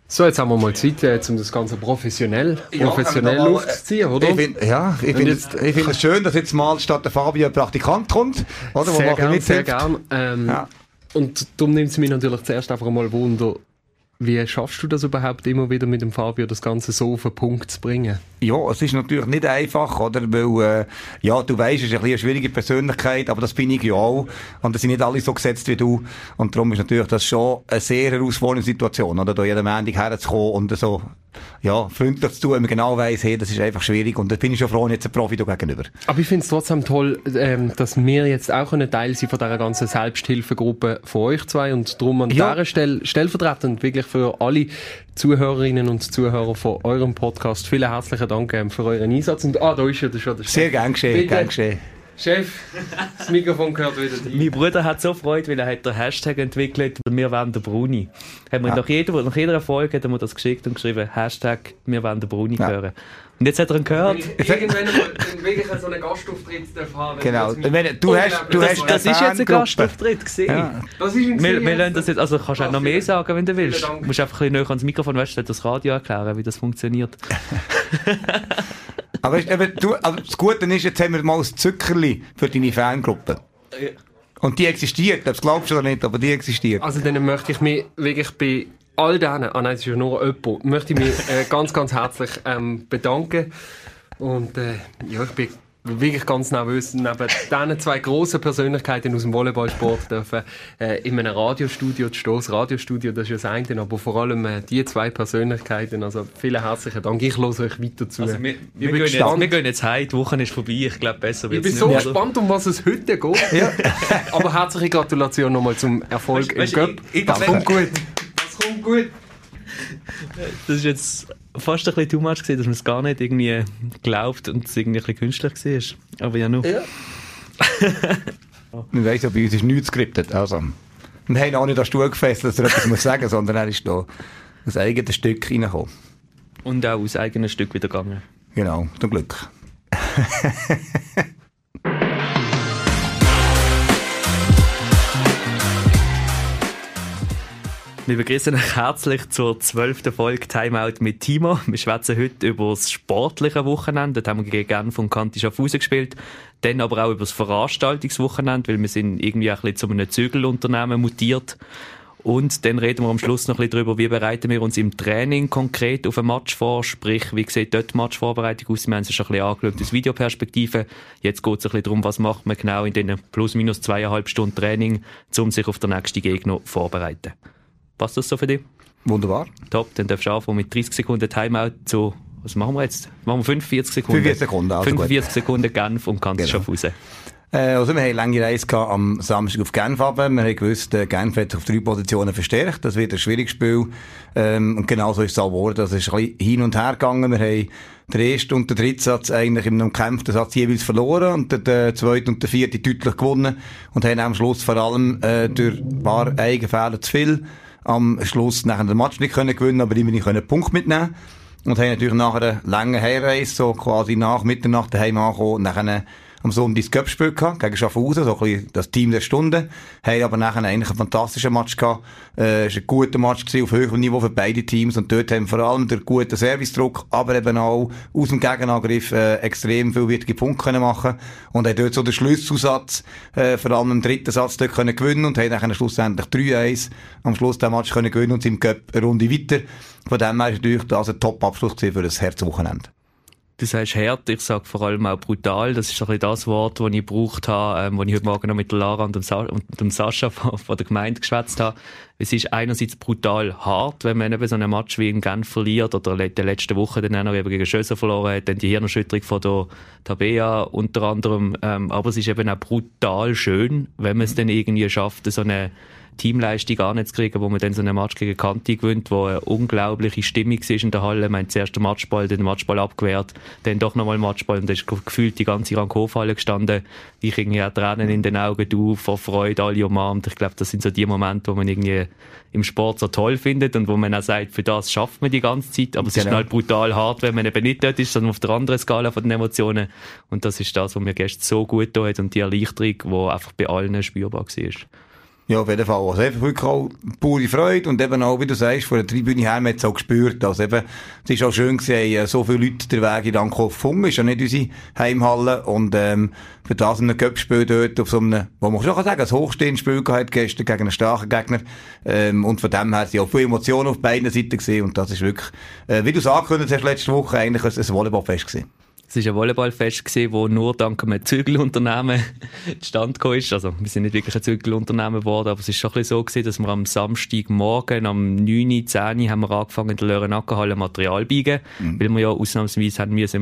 So, jetzt haben wir mal Zeit, um das Ganze professionell aufzuziehen, oder? Ich finde es schön, dass jetzt mal statt der Fabio ein Praktikant kommt. Oder? Sehr gern. Und darum nimmt es mich natürlich zuerst einfach mal Wunder, wie schaffst du das überhaupt immer wieder mit dem Fabio, das Ganze so auf den Punkt zu bringen? Ja, es ist natürlich nicht einfach, oder? Weil, du weisst, es ist eine schwierige Persönlichkeit, aber das bin ich ja auch. Und das sind nicht alle so gesetzt wie du. Und darum ist natürlich das schon eine sehr herausfordernde Situation, oder? Da jeden Montag herzukommen und so, freundlich zu tun, wenn man genau weiss, hey, das ist einfach schwierig. Und da bin ich schon froh, jetzt ein Profi da gegenüber. Aber ich finde es trotzdem toll, dass wir jetzt auch ein Teil sind von dieser ganzen Selbsthilfegruppe von euch zwei und darum an dieser Stelle stellvertretend wirklich für alle Zuhörerinnen und Zuhörer von eurem Podcast. Vielen herzlichen Dank für euren Einsatz. Und, da ist ja schon der Chef. Sehr gern geschehen. Chef, das Mikrofon gehört wieder dir. Mein Bruder hat so Freude, weil er hat den Hashtag entwickelt, wir wollen den Bruni. Nach jeder Folge hat er mir das geschickt und geschrieben, Hashtag, wir wollen den Bruni hören. Und jetzt hat er ihn gehört. Irgendwann mal wirklich so einen Gastauftritt haben. Genau. Das ist jetzt ein Gastauftritt gewesen. Ja. Das ist ein wir lassen das jetzt, also kannst du auch noch mehr sagen, wenn du willst. Du musst einfach ein bisschen näher ans Mikrofon, weißt du, das Radio erklären, wie das funktioniert. Aber das Gute ist, jetzt haben wir mal ein Zuckerli für deine Fangruppe. Ja. Und die existiert, das glaubst du oder nicht, aber die existiert. Also dann möchte ich mich wirklich bei all denen, es ist ja nur jemand, möchte ich mich ganz, ganz herzlich bedanken. Und ich bin wirklich ganz nervös, neben diesen zwei grossen Persönlichkeiten aus dem Volleyballsport dürfen in einem Radiostudio zu stehen. Das Radiostudio, das ist ja das eine, aber vor allem die zwei Persönlichkeiten. Also vielen herzlichen Dank. Ich höre euch weiter zu. Also wir gehen jetzt heim, die Woche ist vorbei. Ich glaube, besser wird es nicht. Ich bin so gespannt, um was es heute geht. Ja. Aber herzliche Gratulation nochmal zum Erfolg im Cup. Das kommt gut. Das ist jetzt fast ein bisschen too much gewesen, dass man es gar nicht irgendwie glaubt und es irgendwie ein bisschen künstlich war. Aber ja, nur. Ja. Man weiss ja, bei uns ist nichts geskriptet. Also, wir haben auch nicht an den Stuhl gefesselt, dass er etwas sagen muss, sondern er ist da aus eigenem Stück reingekommen. Und auch aus eigenem Stück wieder gegangen. Genau, zum Glück. Wir begrüßen euch herzlich zur 12. Folge Timeout mit Timo. Wir schwätzen heute über das sportliche Wochenende. Dort haben wir gegen Genf und Kanti Schaffhausen gespielt. Dann aber auch über das Veranstaltungswochenende, weil wir sind irgendwie ein bisschen zu einem Zügelunternehmen mutiert. Und dann reden wir am Schluss noch ein bisschen darüber, wie bereiten wir uns im Training konkret auf ein Match vor. Sprich, wie sieht dort die Matchvorbereitung aus? Wir haben es schon ein bisschen angeschaut aus Videoperspektive. Jetzt geht es ein bisschen darum, was macht man genau in diesen plus minus 2,5 Stunden Training, um sich auf den nächsten Gegner vorzubereiten. Passt das so für dich? Wunderbar. Top, dann darfst du anfangen mit 30 Sekunden Timeout zu, was machen wir jetzt? Machen wir 45 Sekunden? 45 Sekunden Genf und Kanti Schaffhausen. Also wir hatten eine lange Reise am Samstag auf Genf runter. Wir haben gewusst, Genf hat sich auf 3 Positionen verstärkt. Das wird ein schwieriges Spiel. Und genau so ist es auch geworden. Das ist ein bisschen hin und her gegangen. Wir haben den ersten und den dritten Satz eigentlich in einem gekämpften Satz jeweils verloren und den zweiten und den vierten deutlich gewonnen. Und haben am Schluss vor allem durch ein paar Eigenfehler zu viel am Schluss nachher den Match nicht können gewinnen, aber immerhin können Punkt mitnehmen. Und haben natürlich nach einer langen Heimreise, so quasi nach Mitternacht daheim angekommen, nachher am Sonntag das Cup-Spiel gehabt, gegen Schaffhausen, so ein bisschen das Team der Stunde. Haben aber nachher eigentlich einen fantastischen Match gehabt. Es war ein guter Match gewesen, auf höherem Niveau für beide Teams. Und dort haben vor allem der gute Servicedruck, aber eben auch aus dem Gegenangriff, extrem viel wichtige Punkte können machen. Und haben dort so den Schlusssatz, vor allem im dritten Satz dort können gewinnen und haben dann schlussendlich 3-1 am Schluss den Match können gewinnen und sind im Cup eine Runde weiter. Von dem her ist natürlich das ein Top-Abschluss für das Herzwochenende. Du sagst hart, ich sage vor allem auch brutal. Das ist ein bisschen das Wort, das ich gebraucht habe, das ich heute Morgen noch mit der Lara und dem Sascha von der Gemeinde geschwätzt habe. Es ist einerseits brutal hart, wenn man eben so einen Match wie in Genf verliert oder in der letzten Woche dann auch noch eben gegen Schösser verloren hat, dann die Hirnerschütterung von der Tabea unter anderem. Aber es ist eben auch brutal schön, wenn man es dann irgendwie schafft, so eine Teamleistung anzukriegen, wo man dann so einen Match gegen Kanti gewinnt, wo eine unglaubliche Stimmung war in der Halle. Man hat zuerst den Matchball abgewehrt, dann doch nochmal Matchball und dann ist gefühlt die ganze Ranghofhalle gestanden. Ich irgendwie auch Tränen in den Augen, du vor Freude, alle umarmt. Ich glaube, das sind so die Momente, wo man irgendwie im Sport so toll findet und wo man auch sagt, für das schafft man die ganze Zeit, aber es ist halt brutal hart, wenn man eben nicht dort ist, sondern auf der anderen Skala von den Emotionen. Und das ist das, was mir gestern so gut getan hat und die Erleichterung, die einfach bei allen spürbar war. Ja, auf jeden Fall. Also einfach wirklich auch pure Freude und eben auch, wie du sagst, von der Tribüne her, man hat es auch gespürt. Also eben, es ist auch schön gewesen, so viele Leute den Weg in den Ankauf gefunden, ist ja nicht unsere Heimhalle und für das in einem Cup-Spiel dort auf so einem, wo man schon sagen kann, ein hochstehendes Spiel gehabt gestern gegen einen starken Gegner und von dem her sind auch viele Emotionen auf beiden Seiten gewesen und das ist wirklich, wie du es angekündigt hast letzte Woche, eigentlich ein Volleyballfest gewesen. Es war ein Volleyballfest, das nur dank einem Zügelunternehmen zustande gekommen ist. Also, wir sind nicht wirklich ein Zügelunternehmen geworden, aber es war schon ein bisschen so gewesen, dass wir am Samstagmorgen, am 9, 10 haben wir angefangen, in der Lörenacker-Halle Material zu biegen, weil wir ja ausnahmsweise haben wir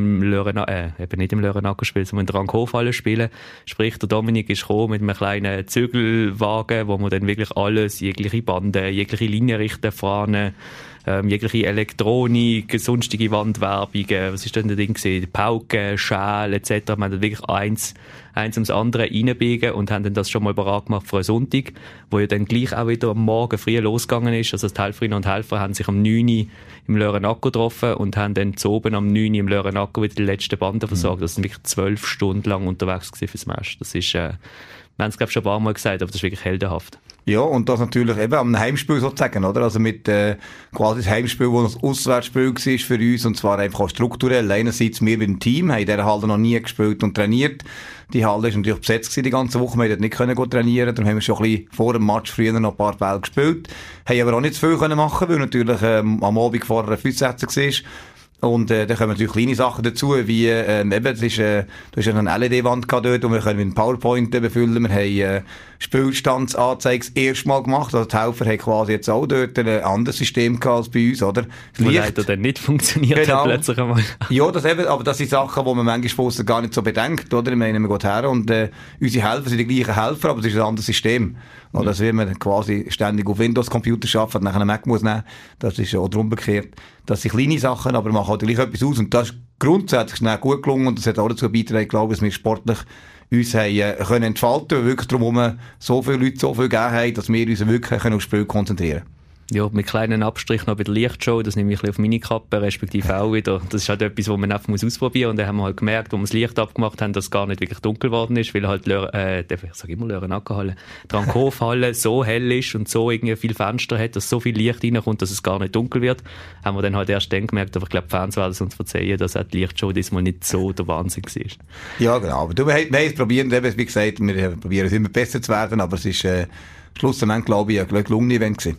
eben nicht im Lörenacker spielen, sondern in der Rankhofhalle spielen. Sprich, der Dominik ist gekommen mit einem kleinen Zügelwagen, wo wir dann wirklich alles, jegliche Bande, jegliche Linienrichter, Fahnen, jegliche Elektronik, sonstige Wandwerbungen, was ist denn der Ding gewesen? Pauken, Schäl, etc. Wir haben dann wirklich eins ums andere reinbiegen und haben dann das schon mal bereit gemacht für einen Sonntag, wo ja dann gleich auch wieder am Morgen früh losgegangen ist. Also die Helferinnen und Helfer haben sich am 9 im Lörenacker getroffen und haben dann zu oben am 9 im Lörenacker wieder die letzten Banden versorgt. Das sind wirklich 12 Stunden lang unterwegs gewesen fürs Match. Das ist, wir haben es glaube ich schon ein paar Mal gesagt, aber das ist wirklich heldenhaft. Ja, und das natürlich eben am Heimspiel sozusagen, oder? Also mit quasi das Heimspiel, das ein Auswärtsspiel war für uns, und zwar einfach auch strukturell. Einerseits wir mit dem Team, haben in dieser Halle noch nie gespielt und trainiert. Die Halle ist natürlich besetzt gewesen die ganze Woche, wir konnten nicht trainieren, darum haben wir schon ein bisschen vor dem Match früher noch ein paar Bälle gespielt. Haben aber auch nicht zu viel machen, weil natürlich am Abend vorher ein Füßsetzer war. Und da kommen natürlich kleine Sachen dazu, wie eben, du hast ja eine LED-Wand gehabt dort, und wir können mit PowerPoint befüllen. Wir haben Spielstandsanzeige das erste Mal gemacht. Also die Helfer haben quasi jetzt auch dort ein anderes System gehabt als bei uns, oder? Wo leider dann nicht funktioniert hat plötzlich einmal. Ja, aber das sind Sachen, die man manchmal gar nicht so bedenkt, oder? Ich meine, man geht her und unsere Helfer sind die gleichen Helfer, aber es ist ein anderes System. Oder dass wenn man quasi ständig auf Windows-Computer arbeitet und nachher einen Mac muss nehmen, das ist auch umgekehrt. Das sind kleine Sachen, aber machen halt gleich etwas aus. Und das ist grundsätzlich schnell gut gelungen und das hat auch dazu beigetragen, glaube ich, dass wir sportlich uns können entfalten, weil wirklich darum so viele Leute so viel gegeben haben, dass wir uns wirklich aufs Spiel konzentrieren können. Ja, mit kleinen Abstrich noch bei der Lichtshow, das nehme ich ein bisschen auf meine Kappe, respektive auch wieder. Das ist halt etwas, was man einfach ausprobieren muss. Und dann haben wir halt gemerkt, als wir das Licht abgemacht haben, dass es gar nicht wirklich dunkel geworden ist, weil halt ich sage immer Lörenackerhalle, die Rankhofhalle so hell ist und so irgendwie viele Fenster hat, dass so viel Licht reinkommt, dass es gar nicht dunkel wird. Haben wir dann halt erst dann gemerkt, aber ich glaube, die Fans werden es uns verzeihen, dass auch die Lichtshow diesmal nicht so der Wahnsinn war. Ja, genau. Aber wir haben es probiert, wie gesagt, wir probieren es immer besser zu werden, aber es ist schlussendlich, glaube ich, ein gelungenes Event gewesen.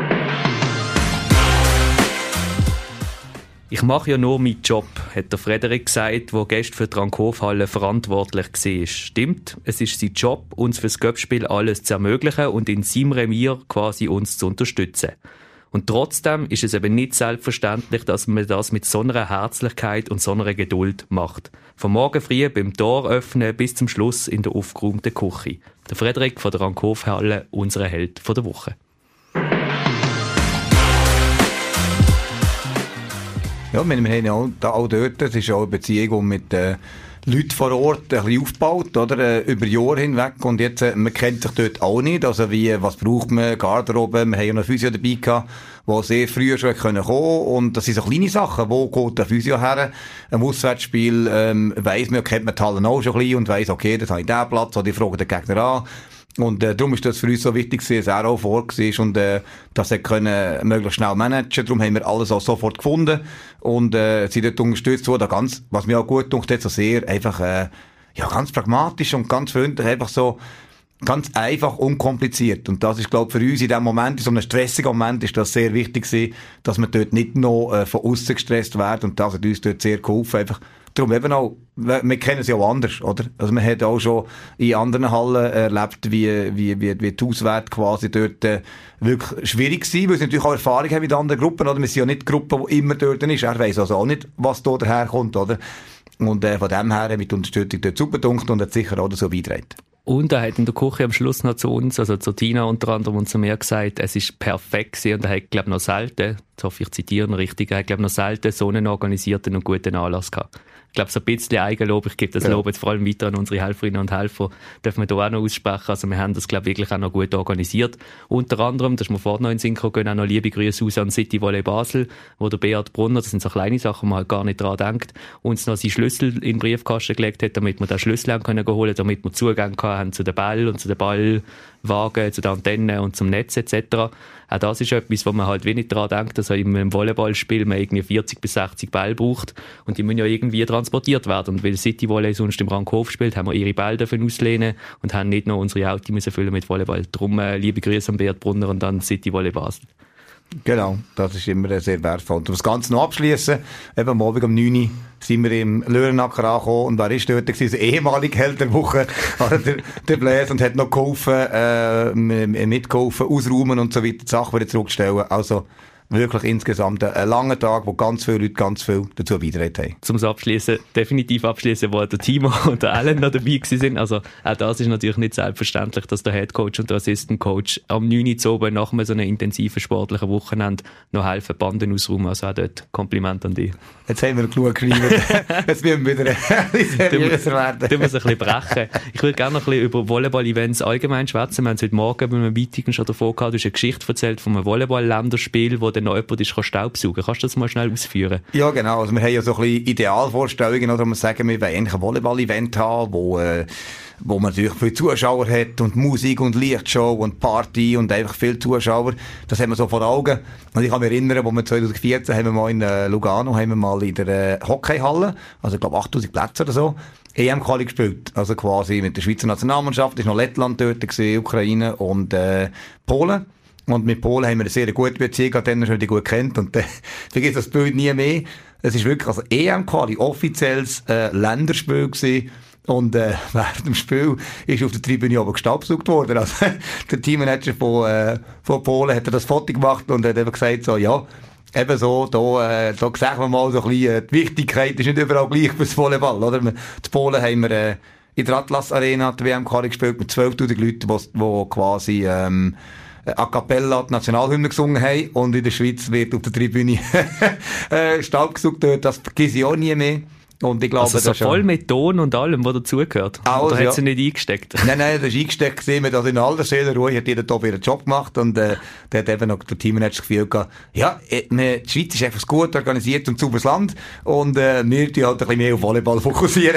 Ich mache ja nur meinen Job, hat der Frederik gesagt, der gestern für die Rankhofhalle verantwortlich war. Stimmt, es ist sein Job, uns fürs Cup-Spiel alles zu ermöglichen und in seinem Revier quasi uns zu unterstützen. Und trotzdem ist es eben nicht selbstverständlich, dass man das mit so einer Herzlichkeit und so einer Geduld macht. Von morgen früh beim Tor öffnen bis zum Schluss in der aufgeräumten Küche. Der Frederik von der Rankhofhalle, unser Held von der Woche. Ja, wir haben auch dort, das ist auch eine Beziehung, die mit Leuten vor Ort ein bisschen aufgebaut, oder? Über Jahre hinweg. Und jetzt, man kennt sich dort auch nicht. Also wie, was braucht man? Garderobe. Wir haben ja noch Physio dabei gehabt, der sehr früh schon kommen konnte. Und das sind so kleine Sachen. Wo geht der Physio her? Ein Auswärtsspiel, weiss man, kennt man die Hallen auch schon ein bisschen und weiss, okay, das habe ich diesen Platz, oder ich frage den Gegner an. Und darum ist das für uns so wichtig, dass er auch vor war und dass er können möglichst schnell managen. Darum haben wir alles auch sofort gefunden und sind dort unterstützt worden. Was mir auch gut tut, so sehr einfach ganz pragmatisch und ganz freundlich, einfach so ganz einfach, unkompliziert. Und das ist, glaube ich, für uns in diesem Moment, in so einem stressigen Moment, ist das sehr wichtig gewesen, dass wir dort nicht noch von außen gestresst werden. Und das hat uns dort sehr geholfen. Einfach darum eben auch, wir kennen es ja auch anders, oder? Also man hat auch schon in anderen Hallen erlebt, wie die Auswärts quasi dort wirklich schwierig sind, weil sie natürlich auch Erfahrung haben mit anderen Gruppen, oder? Wir sind ja nicht die Gruppe, die immer dort ist. Er weiss also auch nicht, was da daherkommt, oder? Und von dem her mit Unterstützung dort super gedunkt und hat sicher auch so beigetragen. Und er hat in der Küche am Schluss noch zu uns, also zu Tina unter anderem und zu mir gesagt, es ist perfekt gewesen und er hat, glaube ich, noch selten, jetzt hoffe ich zitieren richtig, er hat, glaube ich, noch selten so einen organisierten und guten Anlass gehabt. Ich glaube, so ein bisschen Eigenlob, ich gebe das Lob jetzt vor allem weiter an unsere Helferinnen und Helfer, dürfen wir da auch noch aussprechen. Also wir haben das, glaube ich, wirklich auch noch gut organisiert. Unter anderem, das ist mir vorhin noch in den Sinn gekommen, auch noch liebe Grüße aus an City Volley Basel, wo der Beat Brunner, das sind so kleine Sachen, wo man halt gar nicht dran denkt, uns noch seinen Schlüssel in den Briefkasten gelegt hat, damit wir den Schlüssel haben können holen, damit wir Zugang haben zu den Ball und zu den Wagen, zu den Antennen und zum Netz etc. Auch das ist etwas, wo man halt wenig daran denkt, dass im Volleyballspiel man irgendwie 40 bis 60 Bälle braucht und die müssen ja irgendwie transportiert werden. Und weil City Volley sonst im Rankhof spielt, haben wir ihre Bälle dafür auslehnen und haben nicht noch unsere Autos müssen füllen mit Volleyball. Darum liebe Grüße an Beat Brunner und dann City Volley Basel. Genau, das ist immer sehr wertvoll. Und um das Ganze noch abschließen, eben am Abend um 9 Uhr sind wir im Löhrenacker angekommen und wer ist dort? Das war ein ehemaliger Held der Woche, also der Blaise, und hat noch geholfen, mitgeholfen, ausräumen und so weiter, die Sachen wieder zurückstellen. Also wirklich insgesamt ein langer Tag, wo ganz viele Leute ganz viel dazu beigetragen haben. Zum Abschließen, definitiv abschließen, wo der Timo und der Alan noch dabei waren. Also auch das ist natürlich nicht selbstverständlich, dass der Headcoach und der Assistant Coach am 9 Uhr oben nach so einem intensiven sportlichen Wochenende noch helfen, Banden ausräumen. Also auch dort Kompliment an dich. Jetzt haben wir genug geschrieben. Jetzt müssen wir wieder seriöser werden. Du musst ein bisschen brechen. Ich würde gerne noch ein bisschen über Volleyball-Events allgemein schwätzen. Wir haben es heute Morgen bei einem Meeting schon davor gehabt. Du hast eine Geschichte erzählt von einem Volleyball-Länderspiel, wo dann noch jemand ist, kann Staubsaugen. Kannst du das mal schnell ausführen? Ja, genau. Also wir haben ja so ein bisschen Idealvorstellungen, oder wir sagen, wir wollen eigentlich ein Volleyball-Event haben, wo man natürlich viele Zuschauer hat und Musik und Lichtshow und Party und einfach viele Zuschauer. Das haben wir so vor Augen. Und ich kann mich erinnern, wo wir 2014 haben wir mal in Lugano, haben wir mal in der Hockeyhalle, also ich glaube 8000 Plätze oder so, EM-Quali gespielt. Also quasi mit der Schweizer Nationalmannschaft, ist noch Lettland dort gewesen, Ukraine und Polen. Und mit Polen haben wir eine sehr gute Beziehung, den schon die gut kennt. Und vergiss das Bild nie mehr. Es ist wirklich, also EM-Quali, offizielles Länderspiel gewesen. Und während dem Spiel ist auf der Tribüne aber gestaubsaugt worden. Also der Teammanager von Polen hat das Foto gemacht und hat eben gesagt, so, ja, eben so, da sagen wir mal so ein bisschen, die Wichtigkeit ist nicht überall gleich fürs Volleyball, oder? In Polen haben wir in der Atlas Arena die WM-Quali gespielt mit 12.000 Leuten, die quasi a cappella die Nationalhymne gesungen haben, und in der Schweiz wird auf der Tribüne Staub gesaugt. Das vergesse ich auch nie mehr. Und ich glaube, also so das voll mit Ton und allem, was dazugehört. Oder hat sie nicht eingesteckt? Nein, das ist eingesteckt gesehen, dass in aller Seelenruhe hat jeder da ihren Job gemacht, und der hat eben noch der Teammanager das Gefühl gehabt, ja, die Schweiz ist einfach gut organisiert und sauberes Land, und wir die halt ein bisschen mehr auf Volleyball fokussieren.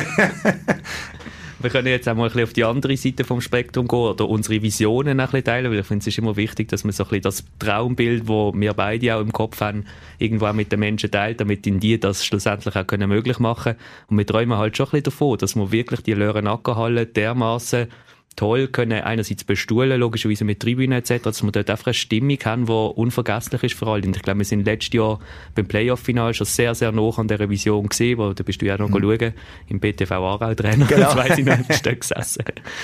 Wir können jetzt auch mal ein bisschen auf die andere Seite vom Spektrum gehen oder unsere Visionen ein bisschen teilen, weil ich finde, es ist immer wichtig, dass man so ein bisschen das Traumbild, das wir beide auch im Kopf haben, irgendwo auch mit den Menschen teilt, damit die das schlussendlich auch möglich machen können. Und wir träumen halt schon ein bisschen davon, dass wir wirklich die Löhrenackerhalle dermassen toll können einerseits bestuhlen, logischerweise mit Tribünen etc., dass wir dort einfach eine Stimmung haben, die unvergesslich ist für alle. Und ich glaube, wir sind letztes Jahr beim Playoff-Final schon sehr, sehr nah an dieser Vision gesehen, wo da bist du ja noch schauen, im BTV Aarau-Trainer, genau. Das weiss ich noch, bist du gesessen.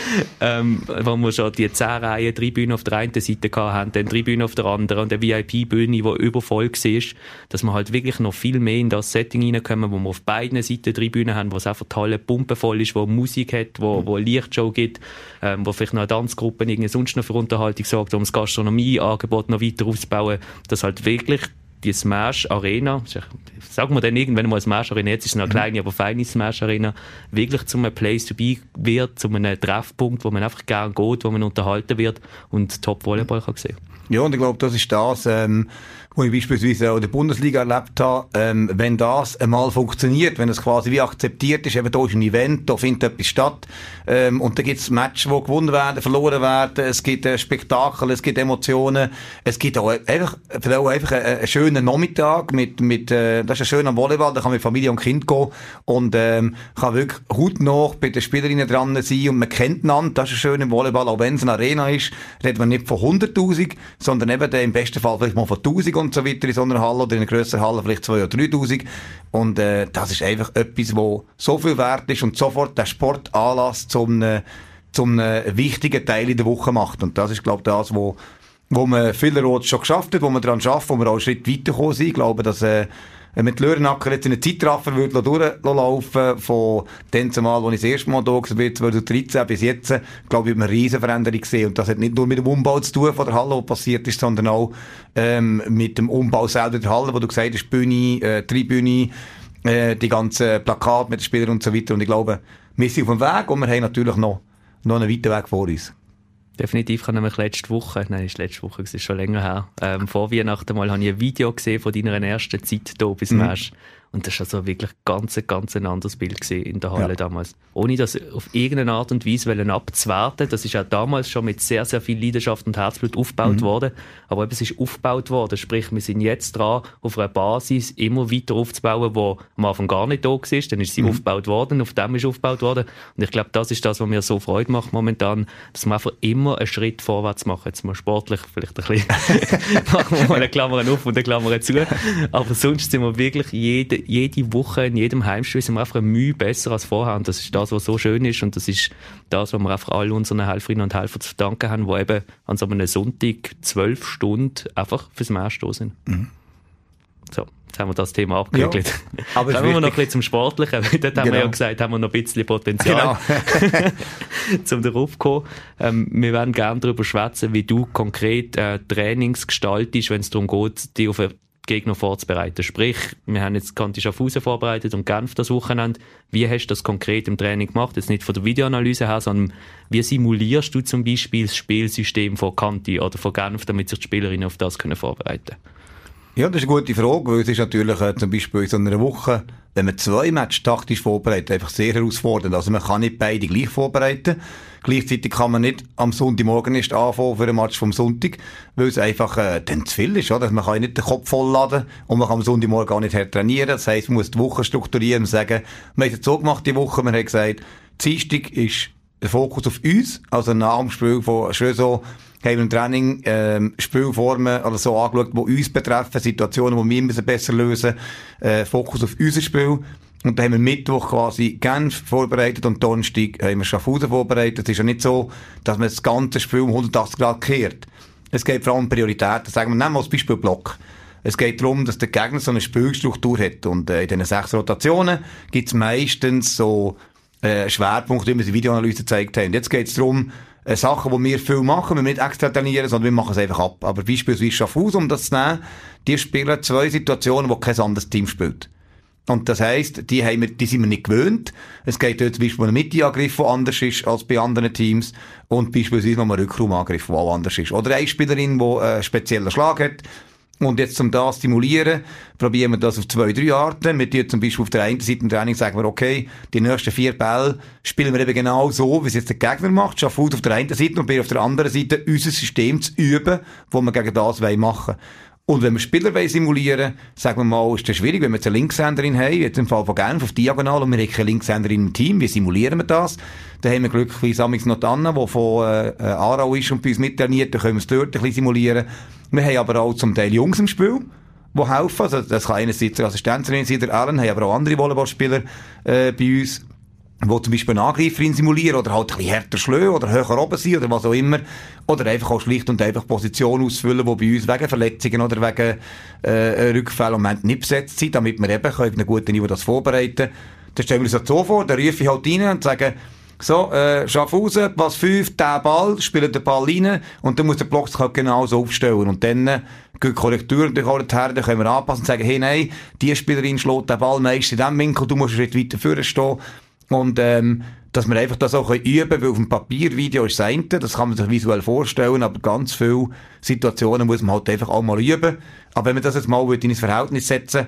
Wo wir schon die 10 Reihen Tribünen auf der einen Seite hatten, dann Tribünen auf der anderen und eine VIP-Bühne, die übervoll war, dass wir halt wirklich noch viel mehr in das Setting reinkommen, wo wir auf beiden Seiten Tribünen haben, wo es einfach tolle pumpenvoll ist, wo Musik hat, wo Lichtshow gibt, wo vielleicht noch eine Tanzgruppe irgendwie sonst noch für Unterhaltung sorgt, um das Gastronomieangebot noch weiter auszubauen, dass halt wirklich die Smash Arena, sagen wir dann irgendwann mal Smash Arena, jetzt ist es noch eine kleine, aber feine Smash Arena, wirklich zu einem Place to be wird, zu einem Treffpunkt, wo man einfach gerne geht, wo man unterhalten wird und Top-Volleyball kann sehen. Ja, und ich glaube, das ist das, wo ich beispielsweise auch in der Bundesliga erlebt habe, wenn das einmal funktioniert, wenn es quasi wie akzeptiert ist, eben da ist ein Event, da findet etwas statt, und da gibt es Matches, die gewonnen werden, verloren werden, es gibt Spektakel, es gibt Emotionen, es gibt auch einfach einen schönen Nachmittag das ist ein schöner Volleyball, da kann man mit Familie und Kind gehen und kann wirklich hautnah bei den Spielerinnen dran sein und man kennt einander, das ist ein schöner Volleyball, auch wenn es eine Arena ist, reden wir nicht von 100'000, sondern eben im besten Fall vielleicht mal von 1000 und so weiter in so einer Halle oder in einer grösseren Halle vielleicht 2.000 oder 3.000. Und das ist einfach etwas, wo so viel wert ist und sofort den Sportanlass zum wichtigen Teil in der Woche macht. Und das ist, glaube ich, das, wo man vielerorts schon geschafft hat, wo man daran schafft, wo wir auch einen Schritt weitergekommen sind. Ich glaube, dass wenn man die Löhrenacker jetzt in einen Zeitraffer würde durchlaufen, von dem zumal, als ich das erste Mal da war, 2013 bis jetzt, glaube ich, hat man eine riesen Veränderung gesehen. Und das hat nicht nur mit dem Umbau zu tun von der Halle, was passiert ist, sondern auch mit dem Umbau selber der Halle, wo du gesagt hast, Bühne, Tribüne, die ganzen Plakate mit den Spielern und so weiter. Und ich glaube, wir sind auf dem Weg und wir haben natürlich noch einen weiten Weg vor uns. Definitiv. Ich habe nämlich letzte Woche, es ist schon länger her, vor Weihnachten mal, habe ich ein Video gesehen von deiner ersten Zeit hier bis Match. Und das war also wirklich ganz ein anderes Bild gewesen in der Halle damals. Ohne das auf irgendeine Art und Weise abzuwerten. Das ist auch damals schon mit sehr, sehr viel Leidenschaft und Herzblut aufgebaut worden. Aber es ist aufgebaut worden. Sprich, wir sind jetzt dran, auf einer Basis immer weiter aufzubauen, die am Anfang gar nicht da war. Dann ist sie aufgebaut worden, auf dem ist aufgebaut worden. Und ich glaube, das ist das, was mir so Freude macht momentan, dass wir einfach immer einen Schritt vorwärts machen. Jetzt mal sportlich vielleicht ein bisschen, machen wir mal eine Klammer auf und eine Klammer zu. Aber sonst sind wir wirklich jede Woche, in jedem Heimspiel sind wir einfach eine Mühe besser als vorher. Und das ist das, was so schön ist. Und das ist das, was wir einfach all unseren Helferinnen und Helfern zu verdanken haben, die eben an so einem Sonntag 12 Stunden einfach fürs Match da sind. Mhm. So, jetzt haben wir das Thema abgewickelt. Ja, aber kommen wir noch ein bisschen zum Sportlichen. Dort haben wir ja gesagt, haben wir noch ein bisschen Potenzial, zum darauf zu kommen. Wir werden gerne darüber schwätzen, wie du konkret Trainings gestaltest, wenn es darum geht, die auf einen Gegner vorzubereiten. Sprich, wir haben jetzt Kanti Schaffhausen vorbereitet und Genf das Wochenende. Wie hast du das konkret im Training gemacht? Jetzt nicht von der Videoanalyse her, sondern wie simulierst du zum Beispiel das Spielsystem von Kanti oder von Genf, damit sich die Spielerinnen auf das vorbereiten können? Ja, das ist eine gute Frage, weil es ist natürlich zum Beispiel in so einer Woche, wenn man 2 Matches taktisch vorbereitet, einfach sehr herausfordernd. Also man kann nicht beide gleich vorbereiten. Gleichzeitig kann man nicht am Sonntagmorgen erst anfangen für einen Match vom Sonntag, weil es einfach dann zu viel ist. Oder? Man kann nicht den Kopf vollladen und man kann am Sonntagmorgen auch nicht hart trainieren. Das heisst, man muss die Woche strukturieren und sagen, wir haben es so gemacht die Woche, wir haben gesagt, Dienstag ist der Fokus auf uns, also nach dem Spiel von Schröso haben wir im Training Spielformen oder so angeschaut, die uns betreffen, Situationen, die wir müssen besser lösen, Fokus auf unser Spiel. Und dann haben wir Mittwoch quasi Genf vorbereitet und Donnerstag haben wir Schaffhausen vorbereitet. Es ist ja nicht so, dass man das ganze Spiel um 180 Grad kehrt. Es geht vor allem um Prioritäten. Sagen wir, nehmen wir als Beispiel Block. Es geht darum, dass der Gegner so eine Spielstruktur hat. Und in diesen 6 Rotationen gibt es meistens so Schwerpunkte, wie wir die Videoanalyse gezeigt haben. Jetzt geht es darum, Sachen, die wir viel machen, wir nicht extra trainieren, sondern wir machen es einfach ab. Aber beispielsweise Schaffhausen, um das zu nehmen, die spielen 2 Situationen, wo kein anderes Team spielt. Und das heisst, die sind wir nicht gewöhnt. Es geht dort zum Beispiel um einen Mitteangriff, der anders ist als bei anderen Teams. Und beispielsweise noch einen Rückraumangriff, der auch anders ist. Oder eine Spielerin, die einen speziellen Schlag hat. Und jetzt, um das zu stimulieren, probieren wir das auf 2-3 Arten. Wir tun zum Beispiel auf der einen Seite im Training sagen wir, okay, die nächsten 4 Bälle spielen wir eben genau so, wie es jetzt der Gegner macht. Schaffhausen auf der einen Seite und wir auf der anderen Seite unser System zu üben, wo wir gegen das machen wollen. Und wenn wir Spieler simulieren, sagen wir mal, ist das schwierig, wenn wir jetzt eine Linkshänderin haben, jetzt im Fall von Genf auf Diagonal, und wir haben keine Linkshänderin im Team, wie simulieren wir das? Da haben wir glücklicherweise noch die Anna, die von Aarau ist und bei uns mittrainiert, da können wir es dort ein bisschen simulieren. Wir haben aber auch zum Teil Jungs im Spiel, die helfen, also das kann einerseits der Assistenztrainer sein, der Alan, haben aber auch andere Volleyballspieler bei uns, wo zum Beispiel eine Angreiferin simulieren oder halt ein bisschen härter schlagen oder höher oben sein oder was auch immer. Oder einfach auch schlicht und einfach Positionen ausfüllen, die bei uns wegen Verletzungen oder wegen Rückfällen im Moment nicht besetzt sind, damit wir eben auf einem guten Niveau das vorbereiten. Dann stellen wir uns das so vor, dann rufe ich halt rein und sage, so, Schaffhausen, Pass 5, der Ball, spielt den Ball rein und dann muss der Block sich halt genau so aufstellen. Und dann geht Korrektur natürlich auch dorthin, dann können wir anpassen und sagen, hey, nein, die Spielerin schlägt den Ball meist in diesem Winkel, du musst einen Schritt weiter vorne stehen. Und dass wir einfach das auch üben können, weil auf dem Papiervideo ist das eine, das kann man sich visuell vorstellen, aber ganz viele Situationen muss man halt einfach auch mal üben. Aber wenn wir das jetzt mal in ein Verhältnis setzen,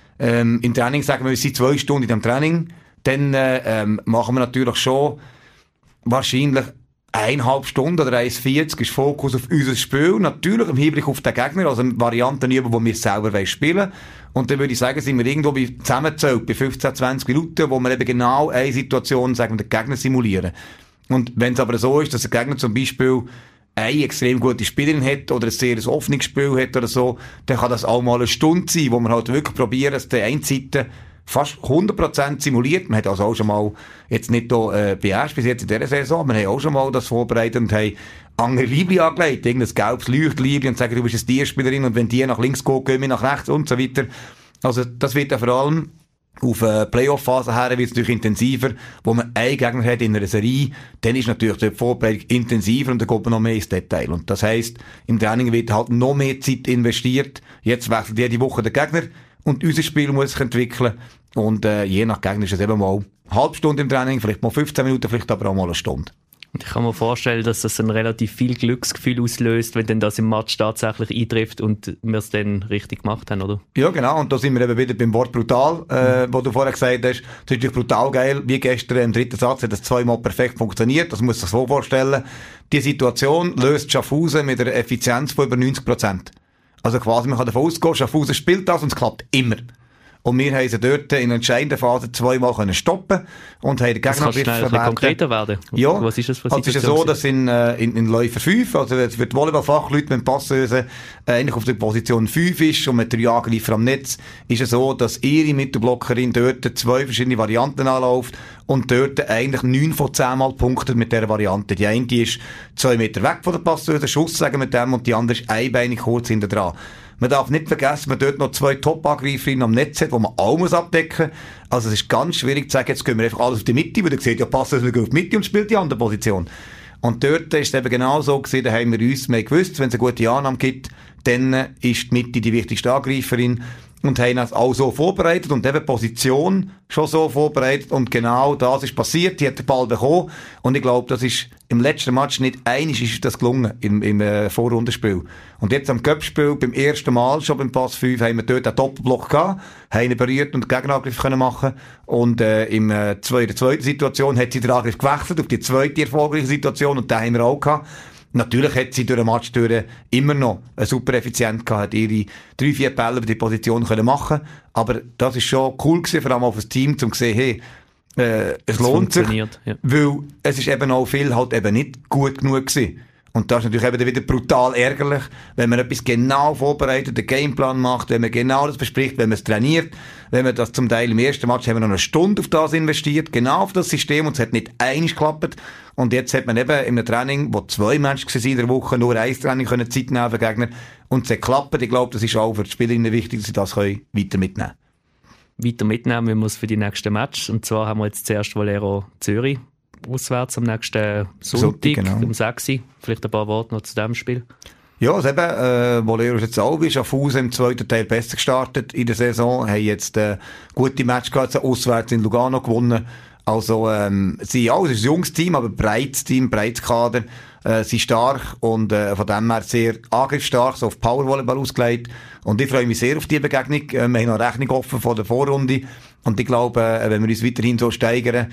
im Training sagen wir sind 2 Stunden in dem Training, dann machen wir natürlich schon wahrscheinlich 1,5 Stunden oder 1,40 ist Fokus auf unser Spiel. Natürlich im Hinblick auf den Gegner, also Varianten üben, die wir selber spielen wollen. Und dann würde ich sagen, sind wir irgendwo zusammengezählt bei 15, 20 Minuten, wo wir eben genau eine Situation, sagen wir, den Gegner simulieren. Und wenn es aber so ist, dass der Gegner zum Beispiel eine extrem gute Spielerin hat oder ein sehr offenes Spiel hat oder so, dann kann das auch mal eine Stunde sein, wo wir halt wirklich probieren, dass die eine Seite fast 100% simuliert. Man hat also auch schon mal, jetzt nicht hier bei erst bis jetzt in dieser Saison, wir haben auch schon mal das vorbereitet und haben andere Liebli angelegt, irgendein gelbes Leuchtliebli und sagen, du bist eine Tierspielerin und wenn die nach links geht, gehen wir nach rechts und so weiter. Also das wird ja vor allem auf Playoff-Phase her wird es natürlich intensiver, wo man einen Gegner hat in einer Serie, dann ist natürlich die Vorbereitung intensiver und dann kommt man noch mehr ins Detail. Und das heisst, im Training wird halt noch mehr Zeit investiert. Jetzt wechselt jede Woche der Gegner und unser Spiel muss sich entwickeln. Und je nach Gegner ist es eben mal eine halbe Stunde im Training, vielleicht mal 15 Minuten, vielleicht aber auch mal eine Stunde. Ich kann mir vorstellen, dass das ein relativ viel Glücksgefühl auslöst, wenn dann das im Match tatsächlich eintrifft und wir es dann richtig gemacht haben, oder? Ja, genau. Und da sind wir eben wieder beim Wort brutal, wo du vorher gesagt hast. Das ist natürlich brutal geil. Wie gestern im dritten Satz hat das zweimal perfekt funktioniert. Das muss man sich so vorstellen. Die Situation löst Schaffhausen mit einer Effizienz von über 90%. Also quasi, man kann davon ausgehen, Schaffhausen spielt das und es klappt immer. Und wir haben sie dort in der entscheidenden Phase zweimal können stoppen und haben den Gegnerangriff verwertet. Das kann konkreter werden. Ja. Was ist das für eine Situation? Also es ist so, dass in Läufer 5, also für die Volleyballfachleute, wenn Passeuse eigentlich auf der Position 5 ist und mit 3 Angreifer am Netz, ist es so, dass ihre Mittelblockerin dort 2 verschiedene Varianten anläuft und dort eigentlich 9 von 10 Mal punktet mit dieser Variante. Die eine die ist 2 Meter weg von der Passeuse, Schuss sagen mit dem, und die andere ist einbeinig kurz hinter dran. Man darf nicht vergessen, man dort noch 2 Top-Angreiferinnen am Netz hat, die man auch muss abdecken muss. Also es ist ganz schwierig zu sagen, jetzt gehen wir einfach alles auf die Mitte, weil ihr seht, ja, passt das, wir gehen auf die Mitte und spielt die andere Position. Und dort ist es eben genau so gewesen, da haben wir uns mehr gewusst, wenn es eine gute Annahme gibt, dann ist die Mitte die wichtigste Angreiferin und haben das auch so vorbereitet und eben Position schon so vorbereitet und genau das ist passiert, die hat den Ball bekommen und ich glaube, das ist im letzten Match nicht einig ist das gelungen im Vorrundenspiel. Und jetzt am Cup-Spiel beim ersten Mal, schon beim Pass 5, haben wir dort einen Doppelblock gehabt, haben ihn berührt und den Gegenangriff können machen und in der zweiten Situation hat sie den Angriff gewechselt auf die zweite erfolgreiche Situation und den haben wir auch gehabt. Natürlich hat sie durch den Match immer noch super effizient gehabt, hat ihre 3-4 Bälle über die Position können machen. Aber das ist schon cool gewesen, vor allem auf das Team, um zu sehen, hey, es lohnt sich, ja. Weil es ist eben auch viel halt eben nicht gut genug gewesen. Und das ist natürlich eben wieder brutal ärgerlich, wenn man etwas genau vorbereitet, den Gameplan macht, wenn man genau das bespricht, wenn man es trainiert, wenn man das zum Teil im ersten Match haben wir noch eine Stunde auf das investiert, genau auf das System, und es hat nicht einig geklappt. Und jetzt hat man eben in einem Training, wo 2 Matches waren in der Woche, nur 1 Training können Zeit nehmen für Gegner. Und es hat geklappt. Ich glaube, das ist auch für die Spielerinnen wichtig, dass sie das weiter mitnehmen können. Weiter mitnehmen wir es für die nächsten Matches. Und zwar haben wir jetzt zuerst Volero Zürich auswärts am nächsten Sonntag genau. Um 6 Uhr. Vielleicht ein paar Worte noch zu diesem Spiel. Ja, also eben, Volero ist jetzt auch, ist Schaffhausen im zweiten Teil besser gestartet in der Saison, haben jetzt gute Match gehabt, auswärts in Lugano gewonnen. Also, sie, ja, es ist ein junges Team, aber breites Team, breites Kader, sie stark und von dem her sehr angriffsstark, so auf Powervolleyball ausgelegt. Und ich freue mich sehr auf die Begegnung. Wir haben noch eine Rechnung offen von der Vorrunde. Und ich glaube, wenn wir uns weiterhin so steigern,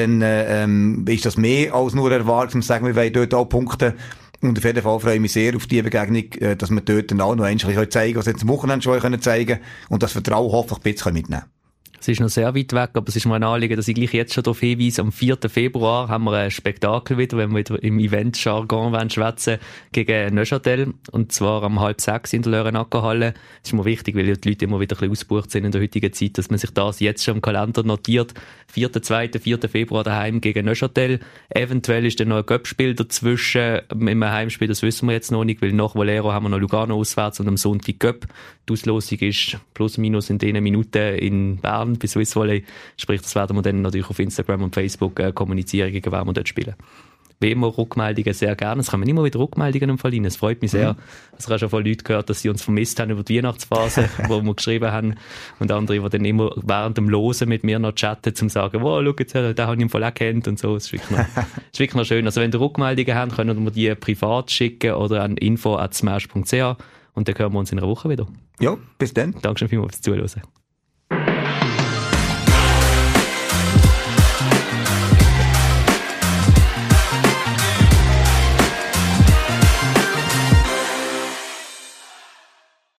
dann ist das mehr als nur erwartet, um zu sagen, wir wollen dort auch punkten. Und auf jeden Fall freue ich mich sehr auf die Begegnung, dass wir dort dann auch noch ein bisschen zeigen können, was wir jetzt am Wochenende schon zeigen können. Und das Vertrauen hoffentlich ein bisschen mitnehmen können. Es ist noch sehr weit weg, aber es ist mir ein Anliegen, dass ich gleich jetzt schon darauf hinweise, am 4. Februar haben wir ein Spektakel wieder, wenn wir wieder im Event-Jargon schwätzen gegen Neuchâtel. Und zwar am 5:30 in der Lörenacker-Halle. Das ist mir wichtig, weil ja die Leute immer wieder ein bisschen ausgebucht sind in der heutigen Zeit, dass man sich das jetzt schon im Kalender notiert. 4. Februar daheim gegen Neuchâtel. Eventuell ist dann noch ein Cup-Spiel dazwischen im Heimspiel, das wissen wir jetzt noch nicht, weil nach Volero haben wir noch Lugano auswärts und am Sonntag Cup. Die Auslosung ist plus minus in diesen Minuten in Bern bei Swiss Volley. Sprich, das werden wir dann natürlich auf Instagram und Facebook kommunizieren, gegen wen wir dort spielen. Wie immer Rückmeldungen sehr gerne. Es kommen immer wieder Rückmeldungen rein. Es freut mich sehr. Also ich habe schon von Leuten gehört, dass sie uns vermisst haben über die Weihnachtsphase, wo wir geschrieben haben. Und andere, die dann immer während dem Losen mit mir noch chatten, um zu sagen, wow, schau jetzt, den habe ich im Fall auch kennt und so. Das ist wirklich noch schön. Also wenn ihr Rückmeldungen habt, können wir die privat schicken oder an info@smash.ch und dann hören wir uns in einer Woche wieder. Ja, bis dann. Dankeschön vielmals fürs Zuhören.